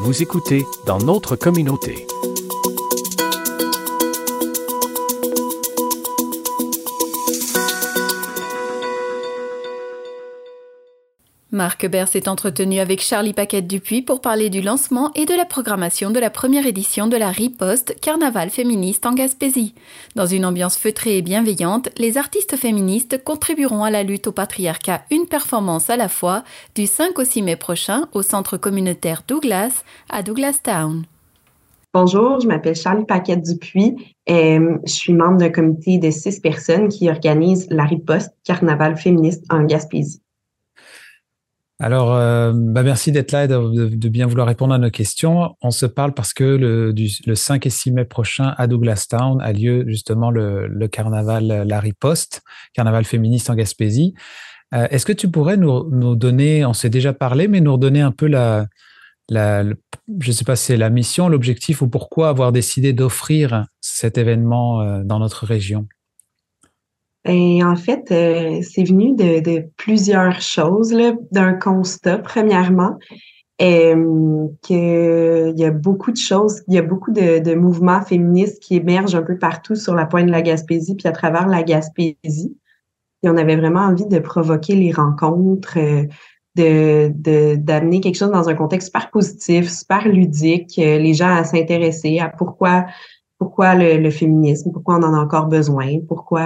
Vous écoutez dans notre communauté. Marc Hébert s'est entretenu avec Charlie Paquette-Dupuis pour parler du lancement et de la programmation de la première édition de la Riposte, carnaval féministe en Gaspésie. Dans une ambiance feutrée et bienveillante, les artistes féministes contribueront à la lutte au patriarcat une performance à la fois du 5 au 6 mai prochain au centre communautaire Douglas à Douglastown. Bonjour, je m'appelle Charlie Paquette-Dupuis. Je suis membre d'un comité de 6 personnes qui organise la Riposte, carnaval féministe en Gaspésie. Alors, merci d'être là et de bien vouloir répondre à nos questions. On se parle parce que le 5 et 6 mai prochain à Douglastown a lieu justement le carnaval La Riposte, carnaval féministe en Gaspésie. Est-ce que tu pourrais nous donner, on s'est déjà parlé, mais nous redonner un peu je ne sais pas si c'est la mission, l'objectif ou pourquoi avoir décidé d'offrir cet événement dans notre région? Et en fait, c'est venu de plusieurs choses, là. D'un constat, premièrement, qu'il y a beaucoup de choses, il y a beaucoup de mouvements féministes qui émergent un peu partout sur la pointe de la Gaspésie, puis à travers la Gaspésie. Et on avait vraiment envie de provoquer les rencontres, d'amener quelque chose dans un contexte super positif, super ludique, les gens à s'intéresser à pourquoi le féminisme, pourquoi on en a encore besoin,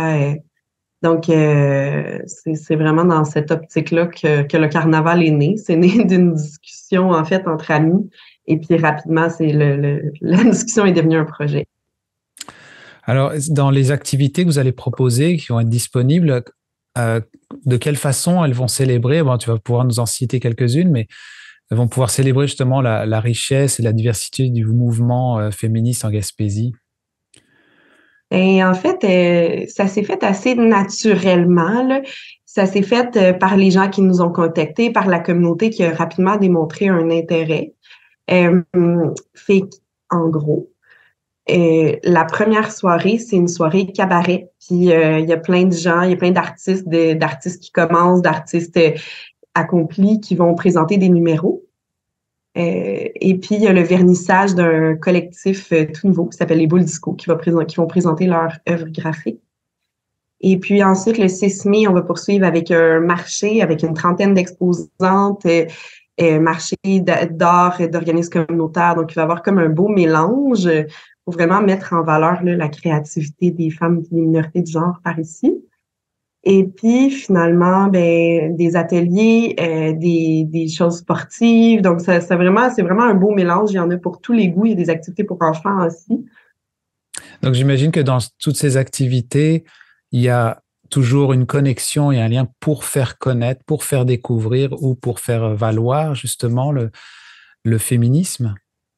donc, c'est vraiment dans cette optique-là que le carnaval est né. C'est né d'une discussion, en fait, entre amis. Et puis, rapidement, la discussion est devenue un projet. Alors, dans les activités que vous allez proposer, qui vont être disponibles, de quelle façon elles vont célébrer? Bon, tu vas pouvoir nous en citer quelques-unes, mais elles vont pouvoir célébrer justement la richesse et la diversité du mouvement féministe en Gaspésie. Et en fait, ça s'est fait assez naturellement, là. Ça s'est fait par les gens qui nous ont contactés, par la communauté qui a rapidement démontré un intérêt. Fait en gros, la première soirée, c'est une soirée cabaret. Puis il y a plein de gens, il y a plein d'artistes qui commencent, d'artistes accomplis qui vont présenter des numéros. Et puis, il y a le vernissage d'un collectif tout nouveau qui s'appelle les Boules Disco qui vont présenter leur œuvre graphique. Et puis ensuite, le 6 mai, on va poursuivre avec un marché avec une trentaine d'exposantes, marché d'art et d'organismes communautaires. Donc, il va y avoir comme un beau mélange pour vraiment mettre en valeur là, la créativité des femmes des minorités de genre par ici. Et puis, finalement, des ateliers, des choses sportives. Donc, c'est vraiment un beau mélange. Il y en a pour tous les goûts. Il y a des activités pour enfants aussi. Donc, j'imagine que dans toutes ces activités, il y a toujours une connexion et un lien pour faire connaître, pour faire découvrir ou pour faire valoir justement le féminisme.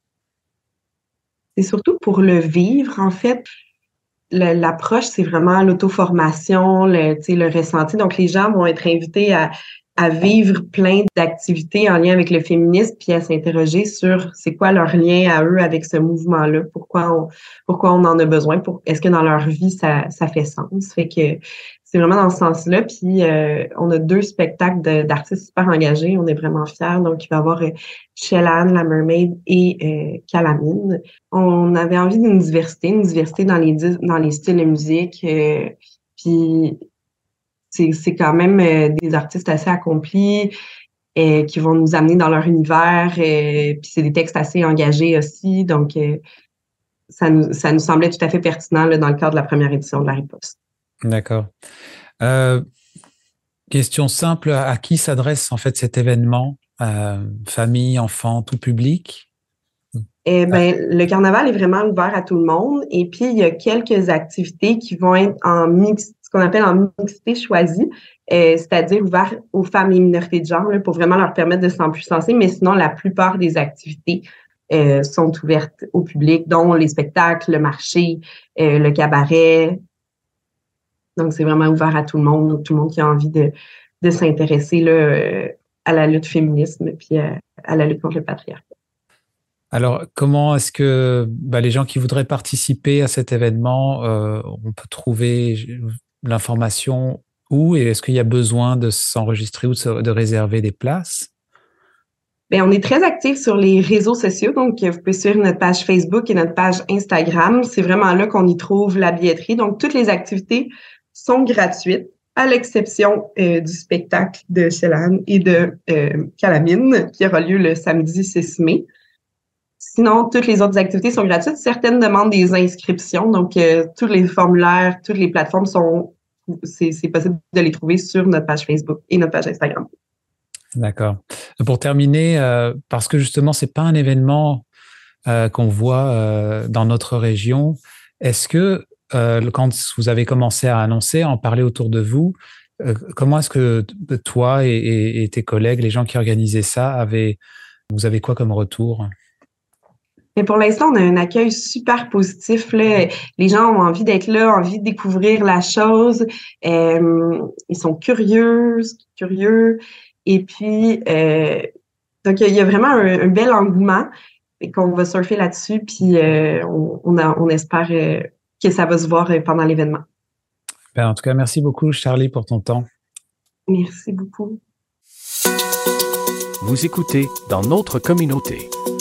C'est surtout pour le vivre, en fait. L'approche, c'est vraiment l'auto-formation, le ressenti. Donc, les gens vont être invités à vivre plein d'activités en lien avec le féminisme, puis à s'interroger sur c'est quoi leur lien à eux avec ce mouvement-là, pourquoi on en a besoin, est-ce que dans leur vie, ça fait sens. Fait que c'est vraiment dans ce sens-là. Puis, on a 2 spectacles d'artistes super engagés. On est vraiment fiers. Donc, il va y avoir Shellan, la Mermaid et Calamine. On avait envie d'une diversité dans les styles de musique. Puis, c'est quand même des artistes assez accomplis qui vont nous amener dans leur univers. Puis, c'est des textes assez engagés aussi. Donc, ça nous semblait tout à fait pertinent là, dans le cadre de la première édition de la Riposte. D'accord. Question simple, à qui s'adresse en fait cet événement? Famille, enfants, tout public? Le carnaval est vraiment ouvert à tout le monde. Et puis, il y a quelques activités qui vont être ce qu'on appelle en mixité choisie, c'est-à-dire ouvert aux femmes et minorités de genre là, pour vraiment leur permettre de s'empuissancer. Mais sinon, la plupart des activités sont ouvertes au public, dont les spectacles, le marché, le cabaret. Donc, c'est vraiment ouvert à tout le monde qui a envie de s'intéresser là, à la lutte féministe puis à la lutte contre le patriarcat. Alors, comment est-ce que les gens qui voudraient participer à cet événement, on peut trouver l'information où et est-ce qu'il y a besoin de s'enregistrer ou de réserver des places? Bien, on est très actifs sur les réseaux sociaux, donc vous pouvez suivre notre page Facebook et notre page Instagram. C'est vraiment là qu'on y trouve la billetterie. Donc, toutes les activités sont gratuites, à l'exception du spectacle de Chelan et de Calamine, qui aura lieu le samedi 6 mai. Sinon, toutes les autres activités sont gratuites. Certaines demandent des inscriptions, donc tous les formulaires, toutes les plateformes c'est possible de les trouver sur notre page Facebook et notre page Instagram. D'accord. Pour terminer, parce que justement, c'est pas un événement qu'on voit dans notre région, est-ce que quand vous avez commencé à annoncer, à en parler autour de vous, comment est-ce que toi et tes collègues, les gens qui organisaient ça, vous avez quoi comme retour? Mais pour l'instant, on a un accueil super positif, là. Les gens ont envie d'être là, envie de découvrir la chose. Ils sont curieux. Et puis, donc, il y a vraiment un bel engouement et qu'on va surfer là-dessus. Puis, on espère que ça va se voir pendant l'événement. Ben, en tout cas, merci beaucoup, Charlie, pour ton temps. Merci beaucoup. Vous écoutez Dans notre communauté.